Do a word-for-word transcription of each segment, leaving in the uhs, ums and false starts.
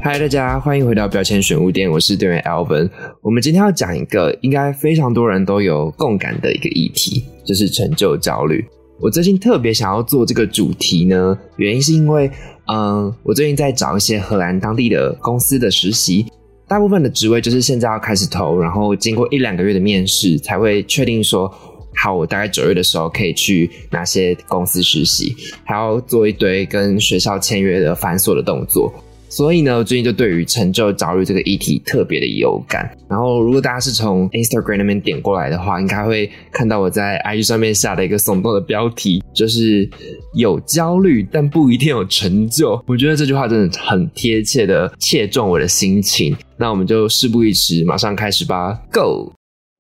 嗨，大家欢迎回到标签选物店，我是店员 Alvin。我们今天要讲一个应该非常多人都有共感的一个议题，就是成就焦虑。我最近特别想要做这个主题呢，原因是因为嗯，我最近在找一些荷兰当地的公司的实习，大部分的职位就是现在要开始投，然后经过一两个月的面试才会确定说好，我大概九月的时候可以去哪些公司实习，还要做一堆跟学校签约的繁琐的动作。所以呢，我最近就对于成就焦虑这个议题特别的有感。然后如果大家是从 Instagram 那边点过来的话，应该会看到我在 I G 上面下的一个耸动的标题，就是有焦虑但不一定有成就。我觉得这句话真的很贴切的切中我的心情。那我们就事不宜迟，马上开始吧 ，Go！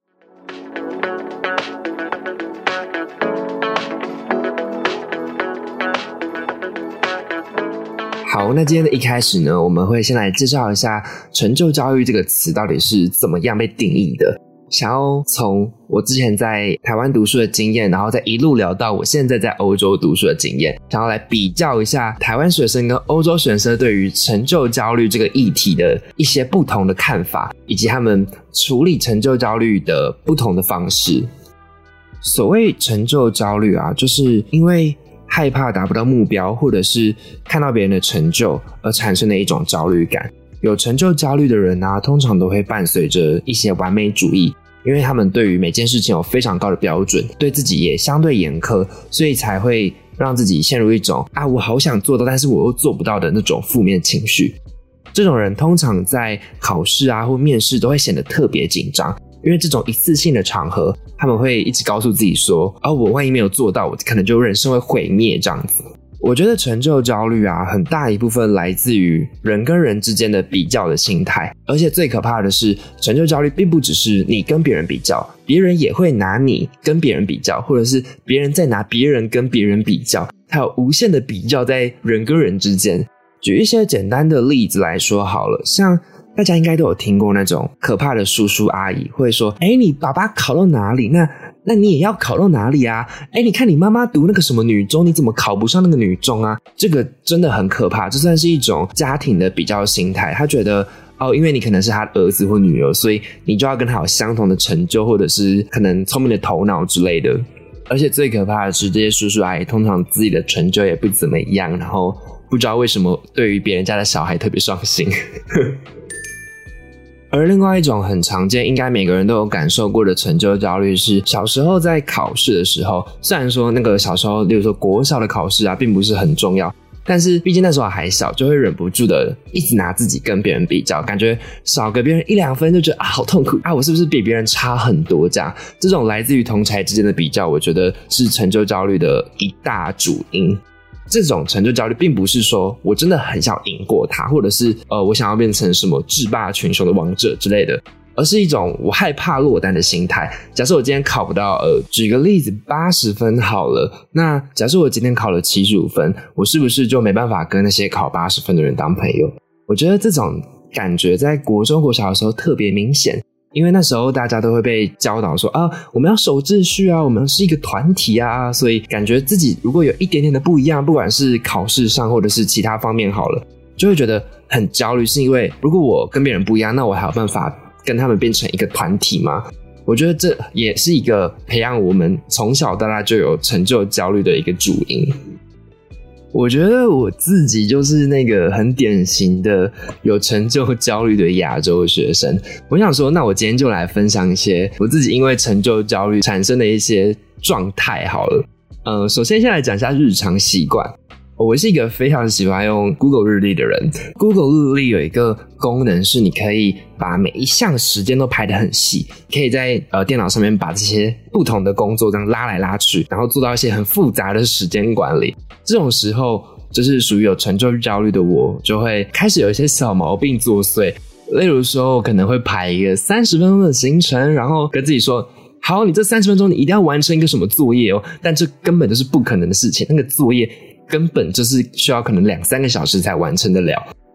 好，那今天的一开始呢，我们会先来介绍一下成就焦虑这个词到底是怎么样被定义的。想要从我之前在台湾读书的经验，然后再一路聊到我现在在欧洲读书的经验，想要来比较一下台湾学生跟欧洲学生对于成就焦虑这个议题的一些不同的看法，以及他们处理成就焦虑的不同的方式。所谓成就焦虑啊，就是因为害怕达不到目标，或者是看到别人的成就而产生的一种焦虑感。有成就焦虑的人啊，通常都会伴随着一些完美主义，因为他们对于每件事情有非常高的标准，对自己也相对严苛，所以才会让自己陷入一种啊，我好想做到，但是我又做不到的那种负面情绪。这种人通常在考试啊或面试都会显得特别紧张，因为这种一次性的场合，他们会一直告诉自己说哦，我万一没有做到，我可能就人生会毁灭这样子。我觉得成就焦虑啊，很大一部分来自于人跟人之间的比较的心态，而且最可怕的是，成就焦虑并不只是你跟别人比较，别人也会拿你跟别人比较，或者是别人再拿别人跟别人比较，还有无限的比较在人跟人之间。举一些简单的例子来说好了，像大家应该都有听过那种可怕的叔叔阿姨会说，诶，你爸爸考到哪里，那那你也要考到哪里啊？诶，你看你妈妈读那个什么女中，你怎么考不上那个女中啊？这个真的很可怕，这算是一种家庭的比较心态。他觉得哦，因为你可能是他的儿子或女儿，所以你就要跟他有相同的成就，或者是可能聪明的头脑之类的。而且最可怕的是，这些叔叔阿姨通常自己的成就也不怎么样，然后不知道为什么对于别人家的小孩特别上心。而另外一种很常见，应该每个人都有感受过的成就焦虑是小时候在考试的时候，虽然说那个小时候例如说国小的考试啊并不是很重要，但是毕竟那时候还小，就会忍不住的一直拿自己跟别人比较，感觉少个别人一两分就觉得啊好痛苦啊，我是不是比别人差很多这样。这种来自于同侪之间的比较，我觉得是成就焦虑的一大主因。这种成就焦虑并不是说我真的很想赢过他，或者是呃我想要变成什么制霸群雄的王者之类的，而是一种我害怕落单的心态。假设我今天考不到呃举个例子八十分好了，那假设我今天考了七十五分，我是不是就没办法跟那些考八十分的人当朋友？我觉得这种感觉在国中国小的时候特别明显，因为那时候大家都会被教导说啊，我们要守秩序啊，我们是一个团体啊，所以感觉自己如果有一点点的不一样，不管是考试上或者是其他方面好了，就会觉得很焦虑，是因为如果我跟别人不一样，那我还有办法跟他们变成一个团体吗？我觉得这也是一个培养我们从小到大就有成就焦虑的一个主因。我觉得我自己就是那个很典型的有成就焦虑的亚洲学生。我想说，那我今天就来分享一些我自己因为成就焦虑产生的一些状态好了。呃，首先先来讲一下日常习惯。我是一个非常喜欢用 Google 日历的人。Google 日历有一个功能是你可以把每一项时间都排得很细，可以在呃电脑上面把这些不同的工作这样拉来拉去，然后做到一些很复杂的时间管理。这种时候就是属于有成就焦虑的我，就会开始有一些小毛病作祟。例如说我可能会排一个三十分钟的行程，然后跟自己说好，你这三十分钟你一定要完成一个什么作业哦，但这根本就是不可能的事情，那个作业根本就是需要可能两三个小时才完成得了。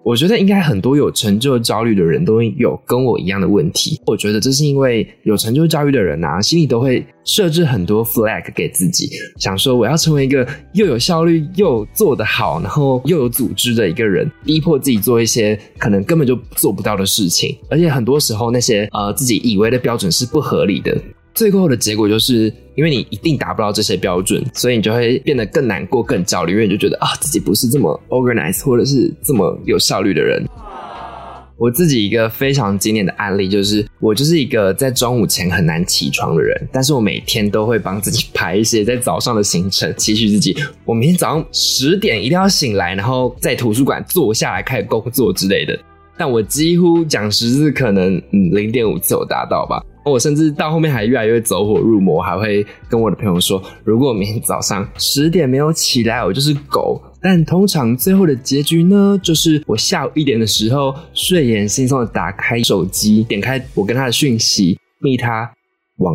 我觉得应该很多有成就焦虑的人都有跟我一样的问题。我觉得这是因为有成就焦虑的人啊，心里都会设置很多 flag 给自己，想说我要成为一个又有效率又做得好然后又有组织的一个人，逼迫自己做一些可能根本就做不到的事情，而且很多时候那些呃自己以为的标准是不合理的。最后的结果就是因为你一定达不到这些标准，所以你就会变得更难过更焦虑，因为你就觉得啊自己不是这么 organized 或者是这么有效率的人。我自己一个非常经典的案例就是我就是一个在中午前很难起床的人，但是我每天都会帮自己排一些在早上的行程，期许自己我明天早上十点一定要醒来，然后在图书馆坐下来开始工作之类的。但我几乎讲十次可能嗯 零点五 次有达到吧。我甚至到后面还越来越走火入魔，还会跟我的朋友说如果我明天早上十点没有起来我就是狗。但通常最后的结局呢，就是我下午一点的时候睡眼惺忪的打开手机，点开我跟他的讯息，密他网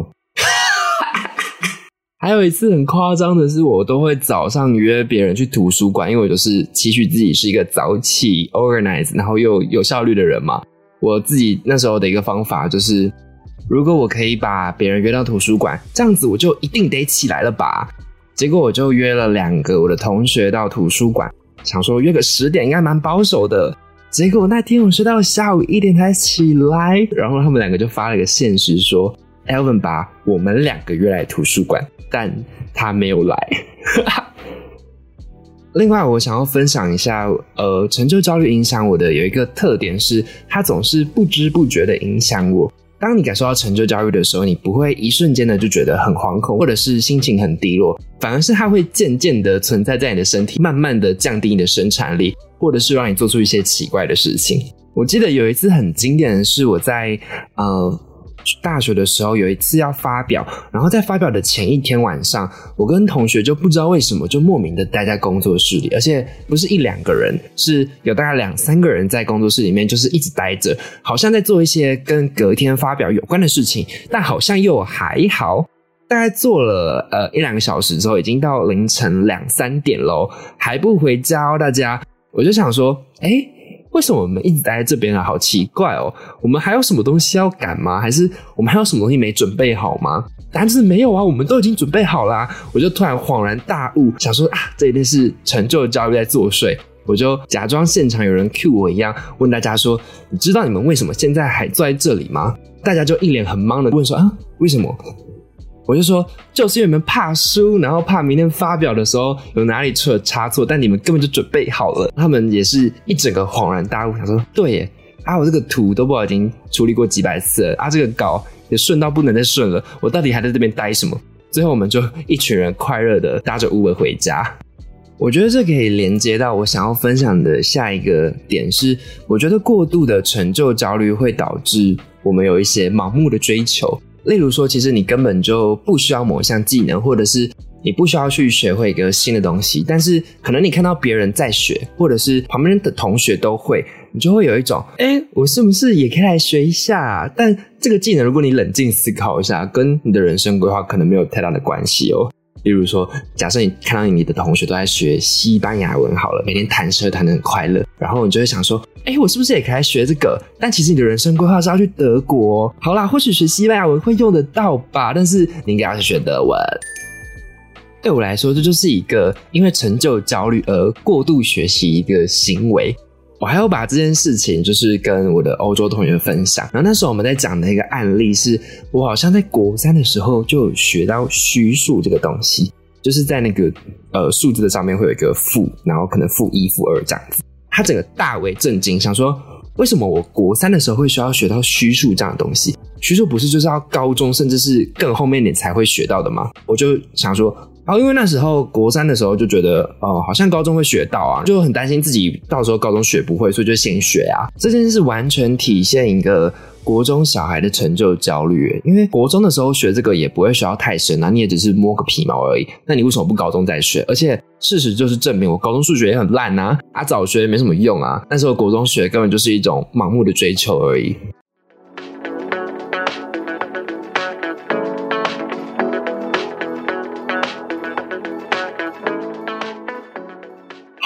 还有一次很夸张的是，我都会早上约别人去图书馆，因为我就是期许自己是一个早起 organize 然后又有效率的人嘛。我自己那时候的一个方法就是如果我可以把别人约到图书馆，这样子我就一定得起来了吧。结果我就约了两个我的同学到图书馆，想说约个十点应该蛮保守的。结果那天我睡到下午一点才起来，然后他们两个就发了一个限时说 Alvin 把我们两个约来图书馆，但他没有来另外我想要分享一下呃，成就焦虑影响我的有一个特点是它总是不知不觉的影响我。当你感受到成就焦虑的时候，你不会一瞬间的就觉得很惶恐或者是心情很低落，反而是它会渐渐的存在在你的身体，慢慢的降低你的生产力，或者是让你做出一些奇怪的事情。我记得有一次很经典的是我在呃大学的时候有一次要发表，然后在发表的前一天晚上，我跟同学就不知道为什么就莫名的待在工作室里，而且不是一两个人，是有大概两三个人在工作室里面，就是一直待着，好像在做一些跟隔天发表有关的事情，但好像又还好。大概做了呃一两个小时之后，已经到凌晨两三点咯，还不回家哦大家。我就想说诶为什么我们一直待在这边啊？好奇怪哦！我们还有什么东西要赶吗？还是我们还有什么东西没准备好吗？答案就是没有啊，我们都已经准备好啦、啊。我就突然恍然大悟，想说啊，这一定是成就焦虑在作祟。我就假装现场有人 cue 我一样，问大家说：“你知道你们为什么现在还坐在这里吗？”大家就一脸很懵的问说：“啊，为什么？”我就说就是因为你们怕输，然后怕明天发表的时候有哪里出了差错，但你们根本就准备好了。他们也是一整个恍然大悟，想说对耶啊，我这个图都不知道已经处理过几百次了啊，这个稿也顺到不能再顺了，我到底还在这边待什么？最后我们就一群人快乐的搭着 Uber 回家。我觉得这可以连接到我想要分享的下一个点是，我觉得过度的成就焦虑会导致我们有一些盲目的追求。例如说其实你根本就不需要某一项技能，或者是你不需要去学会一个新的东西，但是可能你看到别人在学，或者是旁边的同学都会，你就会有一种诶我是不是也可以来学一下啊？但这个技能如果你冷静思考一下，跟你的人生规划可能没有太大的关系哦。例如说假设你看到你的同学都在学西班牙文好了，每天弹舌弹得很快乐，然后你就会想说诶我是不是也可以来学这个？但其实你的人生规划是要去德国哦。好啦，或许学西班牙文会用得到吧，但是你应该要去学德文。对我来说这就是一个因为成就焦虑而过度学习一个行为。我还要把这件事情就是跟我的欧洲同学分享，然后那时候我们在讲的一个案例是我好像在国三的时候就有学到虚数这个东西，就是在那个呃数字的上面会有一个负，然后可能负一负二这样子。他整个大为震惊，想说为什么我国三的时候会需要学到虚数这样的东西？虚数不是就是要高中甚至是更后面一点才会学到的吗？我就想说然后因为那时候国三的时候就觉得哦，好像高中会学到啊，就很担心自己到时候高中学不会，所以就先学啊。这件事完全体现一个国中小孩的成就焦虑，因为国中的时候学这个也不会学到太深啊，你也只是摸个皮毛而已，那你为什么不高中再学？而且事实就是证明我高中数学也很烂啊，啊早学也没什么用啊，那时候国中学根本就是一种盲目的追求而已。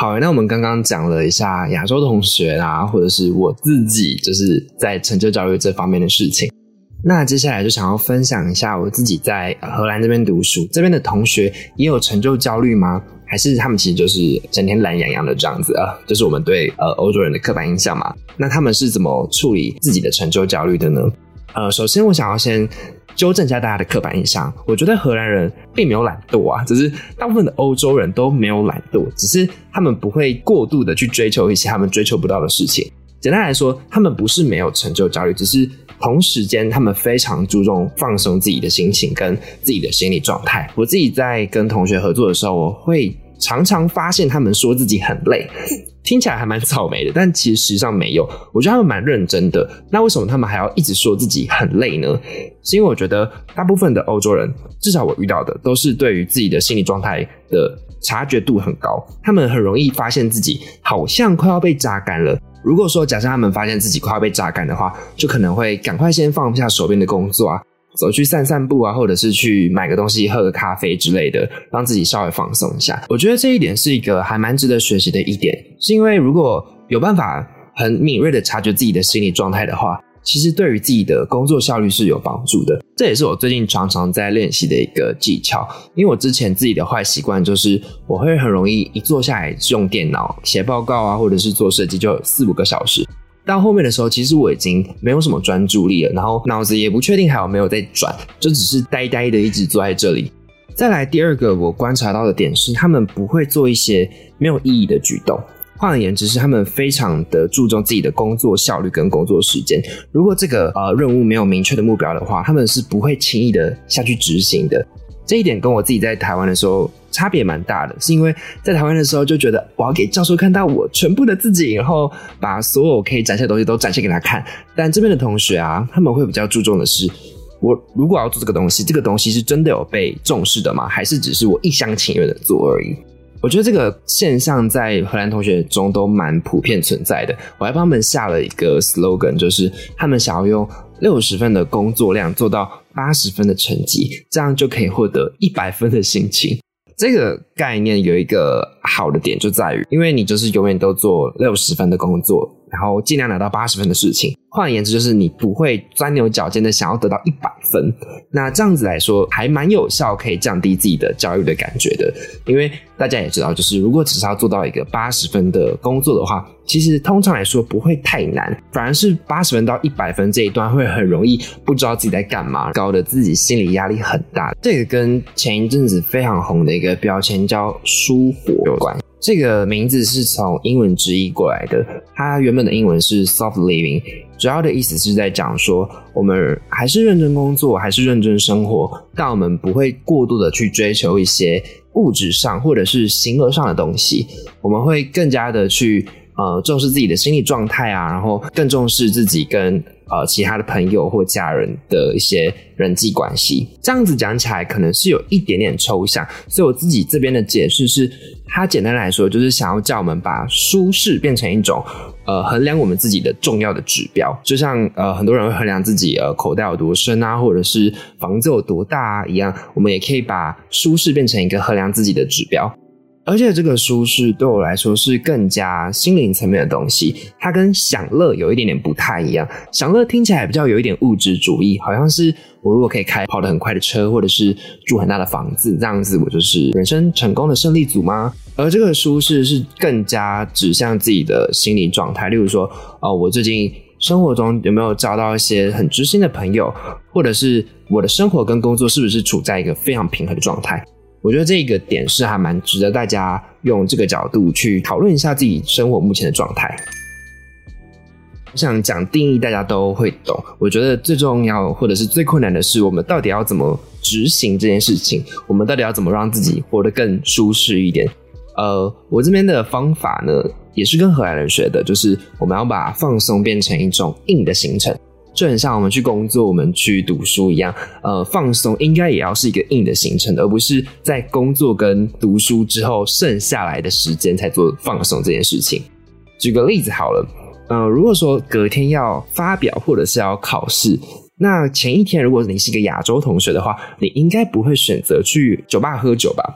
好，那我们刚刚讲了一下亚洲同学啊，或者是我自己就是在成就焦虑这方面的事情。那接下来就想要分享一下我自己在荷兰这边读书，这边的同学也有成就焦虑吗？还是他们其实就是整天懒洋洋的这样子啊？就是我们对呃欧洲人的刻板印象嘛。那他们是怎么处理自己的成就焦虑的呢？呃，首先我想要先纠正一下大家的刻板印象，我觉得荷兰人并没有懒惰啊，只是大部分的欧洲人都没有懒惰，只是他们不会过度的去追求一些他们追求不到的事情。简单来说，他们不是没有成就焦虑，只是同时间他们非常注重放松自己的心情跟自己的心理状态。我自己在跟同学合作的时候，我会常常发现他们说自己很累，听起来还蛮草莓的，但其实实际上没有。我觉得他们蛮认真的。那为什么他们还要一直说自己很累呢？是因为我觉得大部分的欧洲人，至少我遇到的，都是对于自己的心理状态的察觉度很高，他们很容易发现自己好像快要被榨干了。如果说假设他们发现自己快要被榨干的话，就可能会赶快先放下手边的工作啊，走去散散步啊，或者是去买个东西喝个咖啡之类的，让自己稍微放松一下。我觉得这一点是一个还蛮值得学习的一点，是因为如果有办法很敏锐的察觉自己的心理状态的话，其实对于自己的工作效率是有帮助的。这也是我最近常常在练习的一个技巧，因为我之前自己的坏习惯就是我会很容易一坐下来用电脑写报告啊，或者是做设计就有四五个小时，到后面的时候其实我已经没有什么专注力了，然后脑子也不确定还有没有在转，就只是呆呆的一直坐在这里。再来第二个我观察到的点是，他们不会做一些没有意义的举动。换而言之是他们非常的注重自己的工作效率跟工作时间，如果这个呃任务没有明确的目标的话，他们是不会轻易的下去执行的。这一点跟我自己在台湾的时候差别蛮大的，是因为在台湾的时候就觉得我要给教授看到我全部的自己，然后把所有可以展现的东西都展现给他看。但这边的同学啊，他们会比较注重的是，我如果要做这个东西，这个东西是真的有被重视的吗？还是只是我一厢情愿的做而已？我觉得这个现象在荷兰同学中都蛮普遍存在的。我还帮他们下了一个 slogan， 就是他们想要用六十分的工作量做到八十分的成绩，这样就可以获得一百分的心情。这个概念有一个好的点就在于，因为你就是永远都做六十分的工作，然后尽量拿到八十分的事情，换言之就是你不会钻牛角尖的想要得到一百分。那这样子来说还蛮有效，可以降低自己的焦虑的感觉的。因为大家也知道，就是如果只是要做到一个八十分的工作的话，其实通常来说不会太难，反而是八十分到一百分这一段会很容易不知道自己在干嘛，搞得自己心理压力很大。这个跟前一阵子非常红的一个标签叫疏活有关。这个名字是从英文直译过来的，它原本的英文是 soft living， 主要的意思是在讲说我们还是认真工作，还是认真生活，但我们不会过度的去追求一些物质上或者是形而上的东西，我们会更加的去呃重视自己的心理状态啊，然后更重视自己跟呃其他的朋友或家人的一些人际关系。这样子讲起来可能是有一点点抽象，所以我自己这边的解释是，它简单来说就是想要叫我们把舒适变成一种呃衡量我们自己的重要的指标，就像呃很多人会衡量自己呃口袋有多深啊，或者是房子有多大啊一样，我们也可以把舒适变成一个衡量自己的指标。而且这个舒适对我来说是更加心灵层面的东西，它跟享乐有一点点不太一样。享乐听起来比较有一点物质主义，好像是我如果可以开跑得很快的车，或者是住很大的房子，这样子我就是人生成功的胜利组吗？而这个舒适是更加指向自己的心理状态，例如说哦，我最近生活中有没有交到一些很知心的朋友，或者是我的生活跟工作是不是处在一个非常平衡的状态。我觉得这个点是还蛮值得大家用这个角度去讨论一下自己生活目前的状态。我想讲定义大家都会懂，我觉得最重要或者是最困难的是我们到底要怎么执行这件事情，我们到底要怎么让自己活得更舒适一点。呃，我这边的方法呢也是跟荷兰人学的，就是我们要把放松变成一种硬的行程，就很像我们去工作我们去读书一样，呃，放松应该也要是一个硬的行程，而不是在工作跟读书之后剩下来的时间才做放松这件事情。举个例子好了，呃，如果说隔天要发表或者是要考试，那前一天如果你是一个亚洲同学的话，你应该不会选择去酒吧喝酒吧，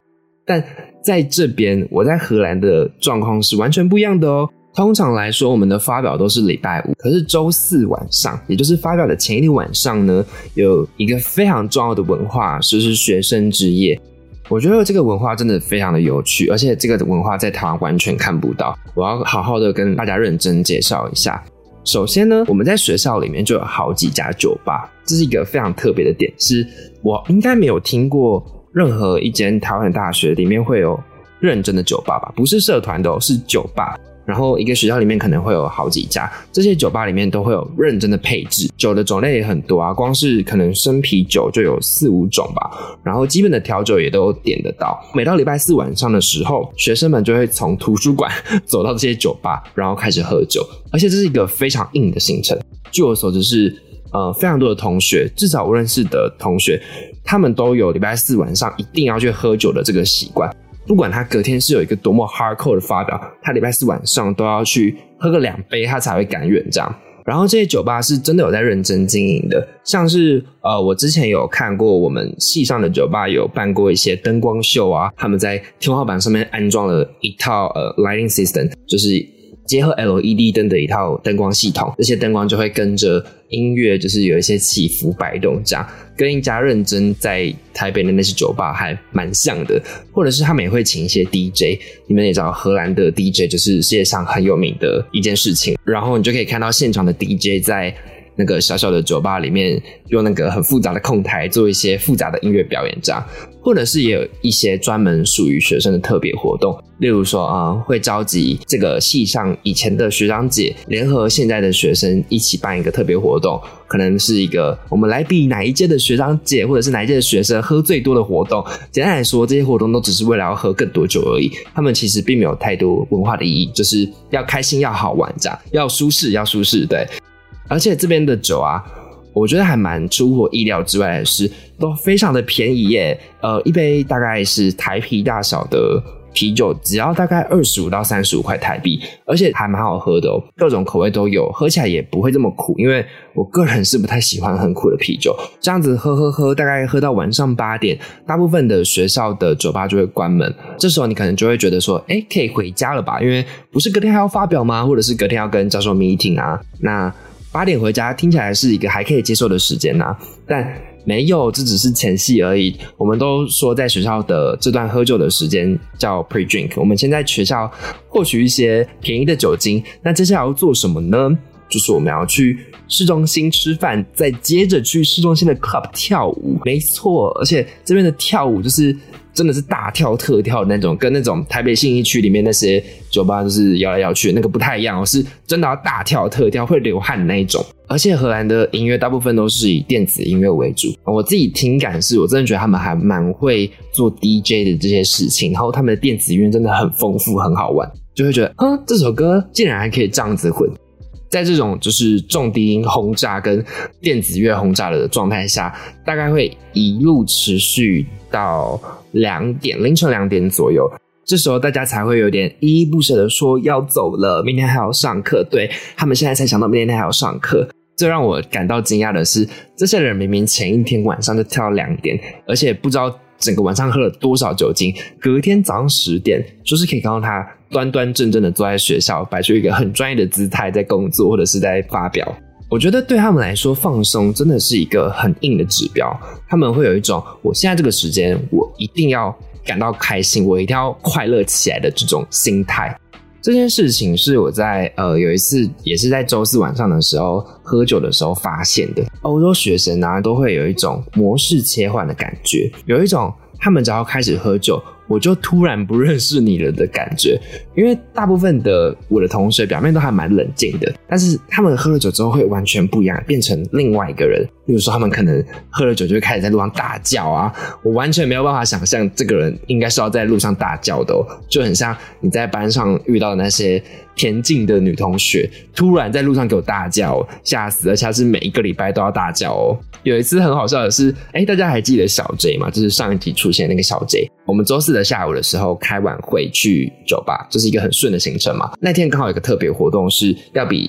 但在这边我在荷兰的状况是完全不一样的哦。通常来说我们的发表都是礼拜五，可是周四晚上，也就是发表的前一天晚上呢，有一个非常重要的文化，就是学生之夜。我觉得这个文化真的非常的有趣，而且这个文化在台湾完全看不到，我要好好的跟大家认真介绍一下。首先呢，我们在学校里面就有好几家酒吧，这是一个非常特别的点，是我应该没有听过任何一间台湾的大学里面会有认真的酒吧吧，不是社团的哦，是酒吧。然后一个学校里面可能会有好几家，这些酒吧里面都会有认真的配置，酒的种类也很多啊，光是可能生啤酒就有四五种吧，然后基本的调酒也都点得到。每到礼拜四晚上的时候，学生们就会从图书馆走到这些酒吧，然后开始喝酒，而且这是一个非常硬的行程。据我所知是呃，非常多的同学，至少我认识的同学，他们都有礼拜四晚上一定要去喝酒的这个习惯。不管他隔天是有一个多么 hardcore 的发表，他礼拜四晚上都要去喝个两杯，他才会甘愿这样。然后这些酒吧是真的有在认真经营的，像是呃，我之前有看过我们系上的酒吧有办过一些灯光秀啊，他们在天花板上面安装了一套呃 lighting system， 就是结合 L E D 灯的一套灯光系统，这些灯光就会跟着音乐就是有一些起伏摆动，这样跟一家认真在台北的那些酒吧还蛮像的。或者是他们也会请一些 D J， 你们也知道荷兰的 D J 就是世界上很有名的一件事情，然后你就可以看到现场的 D J 在那个小小的酒吧里面用那个很复杂的控台做一些复杂的音乐表演这样。或者是也有一些专门属于学生的特别活动，例如说啊、呃，会召集这个系上以前的学长姐联合现在的学生一起办一个特别活动，可能是一个我们来比哪一届的学长姐或者是哪一届的学生喝最多的活动。简单来说，这些活动都只是为了要喝更多酒而已，他们其实并没有太多文化的意义，就是要开心要好玩这样，要舒适要舒适。对，而且这边的酒啊，我觉得还蛮出乎我意料之外的是，都非常的便宜耶。呃，一杯大概是台啤大小的啤酒，只要大概二十五到三十五块台币，而且还蛮好喝的哦，各种口味都有，喝起来也不会这么苦，因为我个人是不太喜欢很苦的啤酒。这样子喝喝喝，大概喝到晚上八点，大部分的学校的酒吧就会关门，这时候你可能就会觉得说，诶，可以回家了吧？因为不是隔天还要发表吗？或者是隔天要跟教授 meeting 啊？那八点回家听起来是一个还可以接受的时间啊，但没有，这只是前戏而已。我们都说在学校的这段喝酒的时间叫 pre-drink， 我们先在学校获取一些便宜的酒精，那接下来要做什么呢？就是我们要去市中心吃饭，再接着去市中心的 club 跳舞。没错，而且这边的跳舞就是真的是大跳特跳的那种，跟那种台北信义区里面那些酒吧就是摇来摇去的那个不太一样哦，是真的要大跳特跳会流汗的那一种。而且荷兰的音乐大部分都是以电子音乐为主，我自己听感是我真的觉得他们还蛮会做 D J 的这些事情，然后他们的电子音乐真的很丰富很好玩，就会觉得嗯，这首歌竟然还可以这样子混。在这种就是重低音轰炸跟电子乐轰炸的状态下，大概会一路持续到两点，凌晨两点左右。这时候大家才会有点依依不舍的说要走了，明天还要上课。对，他们现在才想到明天还要上课。最让我感到惊讶的是，这些人明明前一天晚上就跳到两点，而且不知道整个晚上喝了多少酒精，隔天早上十点就是可以看到他端端正正的坐在学校，摆出一个很专业的姿态在工作或者是在发表。我觉得对他们来说，放松真的是一个很硬的指标，他们会有一种我现在这个时间我一定要感到开心，我一定要快乐起来的这种心态。这件事情是我在呃有一次也是在周四晚上的时候喝酒的时候发现的。欧洲学生啊都会有一种模式切换的感觉，有一种他们只要开始喝酒我就突然不认识你了的感觉。因为大部分的我的同学表面都还蛮冷静的，但是他们喝了酒之后会完全不一样，变成另外一个人。例如说他们可能喝了酒就会开始在路上大叫啊，我完全没有办法想象这个人应该是要在路上大叫的哦，就很像你在班上遇到的那些田径的女同学突然在路上给我大叫，吓死了，而且是每一个礼拜都要大叫哦。有一次很好笑的是，诶，大家还记得小 J 吗？就是上一集出现的那个小 J。我们周四的下午的时候开完会去酒吧，就是一个很顺的行程嘛。那天刚好有一个特别活动是要比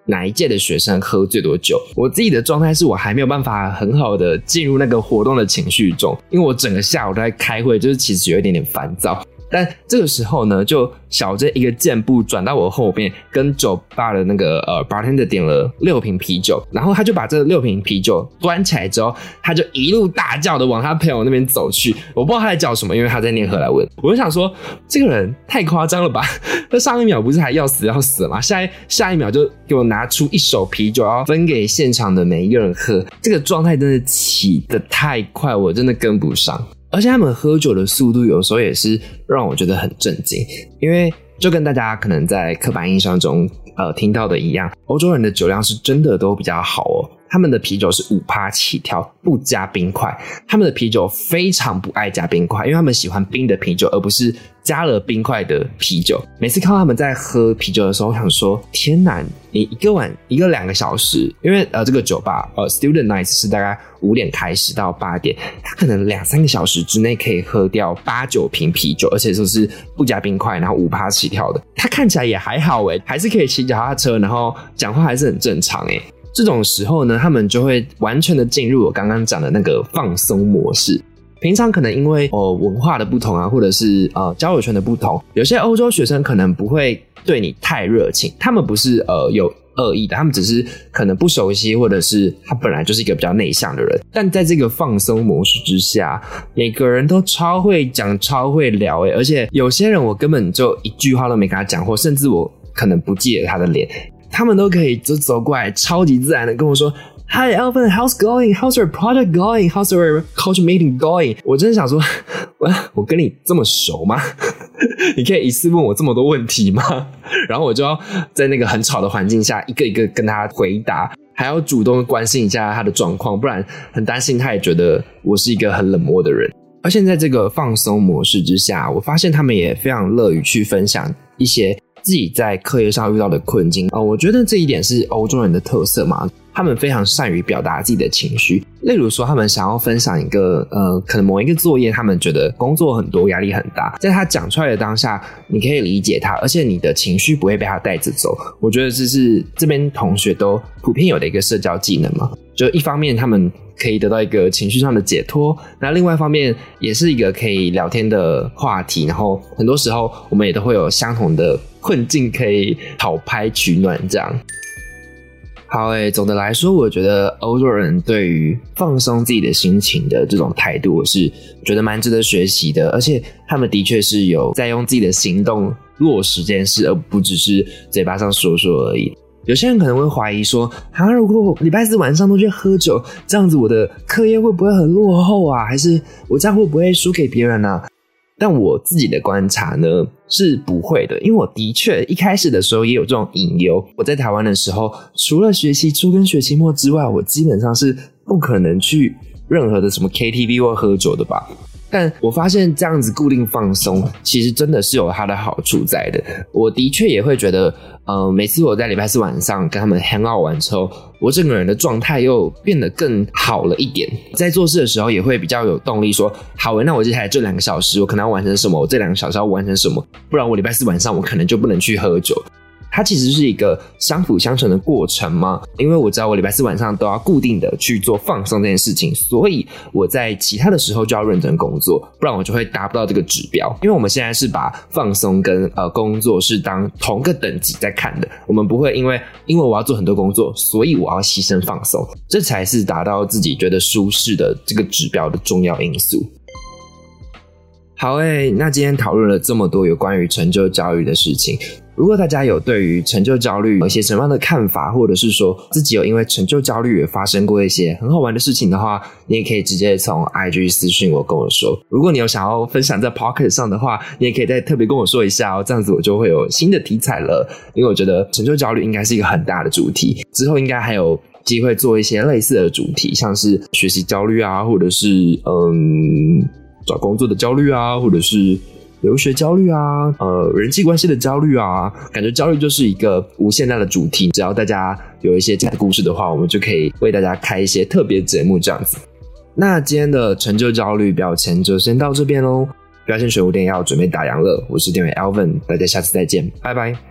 哪一届的学生喝最多酒。我自己的状态是我还没有办法很好的进入那个活动的情绪中，因为我整个下午都在开会，就是其实有一点点烦躁。但这个时候呢，就小珍一个箭步转到我后面，跟酒吧的那个呃 bartender 点了六瓶啤酒，然后他就把这六瓶啤酒端起来之后，他就一路大叫的往他朋友那边走去。我不知道他在叫什么，因为他在念荷兰文。我就想说，这个人太夸张了吧？那上一秒不是还要死要死了吗？下一下一秒就给我拿出一手啤酒，要分给现场的每一个人喝。这个状态真的起得太快，我真的跟不上。而且他们喝酒的速度有时候也是让我觉得很震惊，因为就跟大家可能在刻板印象中呃听到的一样，欧洲人的酒量是真的都比较好哦。他们的啤酒是 百分之五 起跳，不加冰块。他们的啤酒非常不爱加冰块，因为他们喜欢冰的啤酒，而不是加了冰块的啤酒。每次看到他们在喝啤酒的时候，我想说，天哪，你一个晚一个两个小时，因为呃这个酒吧呃 Student Nights 是大概五点开始到八点，他可能两三个小时之内可以喝掉八九瓶啤酒，而且就是不加冰块，然后 百分之五 起跳的。他看起来也还好诶，还是可以骑脚踏车，然后讲话还是很正常诶。这种时候呢，他们就会完全的进入我刚刚讲的那个放松模式。平常可能因为哦文化的不同啊，或者是呃交友圈的不同，有些欧洲学生可能不会对你太热情，他们不是呃有恶意的，他们只是可能不熟悉，或者是他本来就是一个比较内向的人。但在这个放松模式之下，每个人都超会讲超会聊诶，而且有些人我根本就一句话都没跟他讲，或甚至我可能不记得他的脸，他们都可以就走过来超级自然的跟我说Hi Alvin, how's going? How's your project going? How's your culture meeting going? 我真的想说，我我跟你这么熟吗？你可以一次问我这么多问题吗？然后我就要在那个很吵的环境下一个一个跟他回答，还要主动关心一下他的状况，不然很担心他也觉得我是一个很冷漠的人。而现在这个放松模式之下，我发现他们也非常乐于去分享一些自己在课业上遇到的困境、呃、我觉得这一点是欧洲人的特色嘛，他们非常善于表达自己的情绪。例如说他们想要分享一个呃，可能某一个作业，他们觉得工作很多压力很大，在他讲出来的当下你可以理解他，而且你的情绪不会被他带着走。我觉得这是这边同学都普遍有的一个社交技能嘛，就一方面他们可以得到一个情绪上的解脱，那另外一方面也是一个可以聊天的话题，然后很多时候我们也都会有相同的困境可以讨拍取暖这样。好诶，总的来说我觉得欧洲人对于放松自己的心情的这种态度，我是觉得蛮值得学习的，而且他们的确是有在用自己的行动落实这件事，而不只是嘴巴上说说而已。有些人可能会怀疑说，啊，如果我礼拜四晚上都去喝酒，这样子我的课业会不会很落后啊？还是我这样会不会输给别人啊？但我自己的观察呢是不会的，因为我的确一开始的时候也有这种隐忧。我在台湾的时候，除了学期初跟学期末之外，我基本上是不可能去任何的什么 K T V 或喝酒的吧。但我发现这样子固定放松其实真的是有它的好处在的。我的确也会觉得呃，每次我在礼拜四晚上跟他们 hang out 完之后，我整个人的状态又变得更好了一点，在做事的时候也会比较有动力说，好诶，那我接下来这两个小时我可能要完成什么，我这两个小时要完成什么，不然我礼拜四晚上我可能就不能去喝酒。它其实是一个相辅相成的过程嘛，因为我知道我礼拜四晚上都要固定的去做放松这件事情，所以我在其他的时候就要认真工作，不然我就会达不到这个指标。因为我们现在是把放松跟呃工作是当同个等级在看的，我们不会因为因为我要做很多工作，所以我要牺牲放松，这才是达到自己觉得舒适的这个指标的重要因素。好诶，那今天讨论了这么多有关于成就焦虑的事情，如果大家有对于成就焦虑有一些什么样的看法，或者是说自己有因为成就焦虑也发生过一些很好玩的事情的话，你也可以直接从 I G 私讯我跟我说。如果你有想要分享在 Podcast 上的话，你也可以再特别跟我说一下哦，这样子我就会有新的题材了。因为我觉得成就焦虑应该是一个很大的主题，之后应该还有机会做一些类似的主题，像是学习焦虑啊，或者是嗯找工作的焦虑啊，或者是留学焦虑啊，呃，人际关系的焦虑啊，感觉焦虑就是一个无限大的主题。只要大家有一些这样的故事的话，我们就可以为大家开一些特别节目这样子。那今天的成就焦虑标签就先到这边咯，标签水壶店要准备打烊了，我是店员 Alvin， 大家下次再见，拜拜。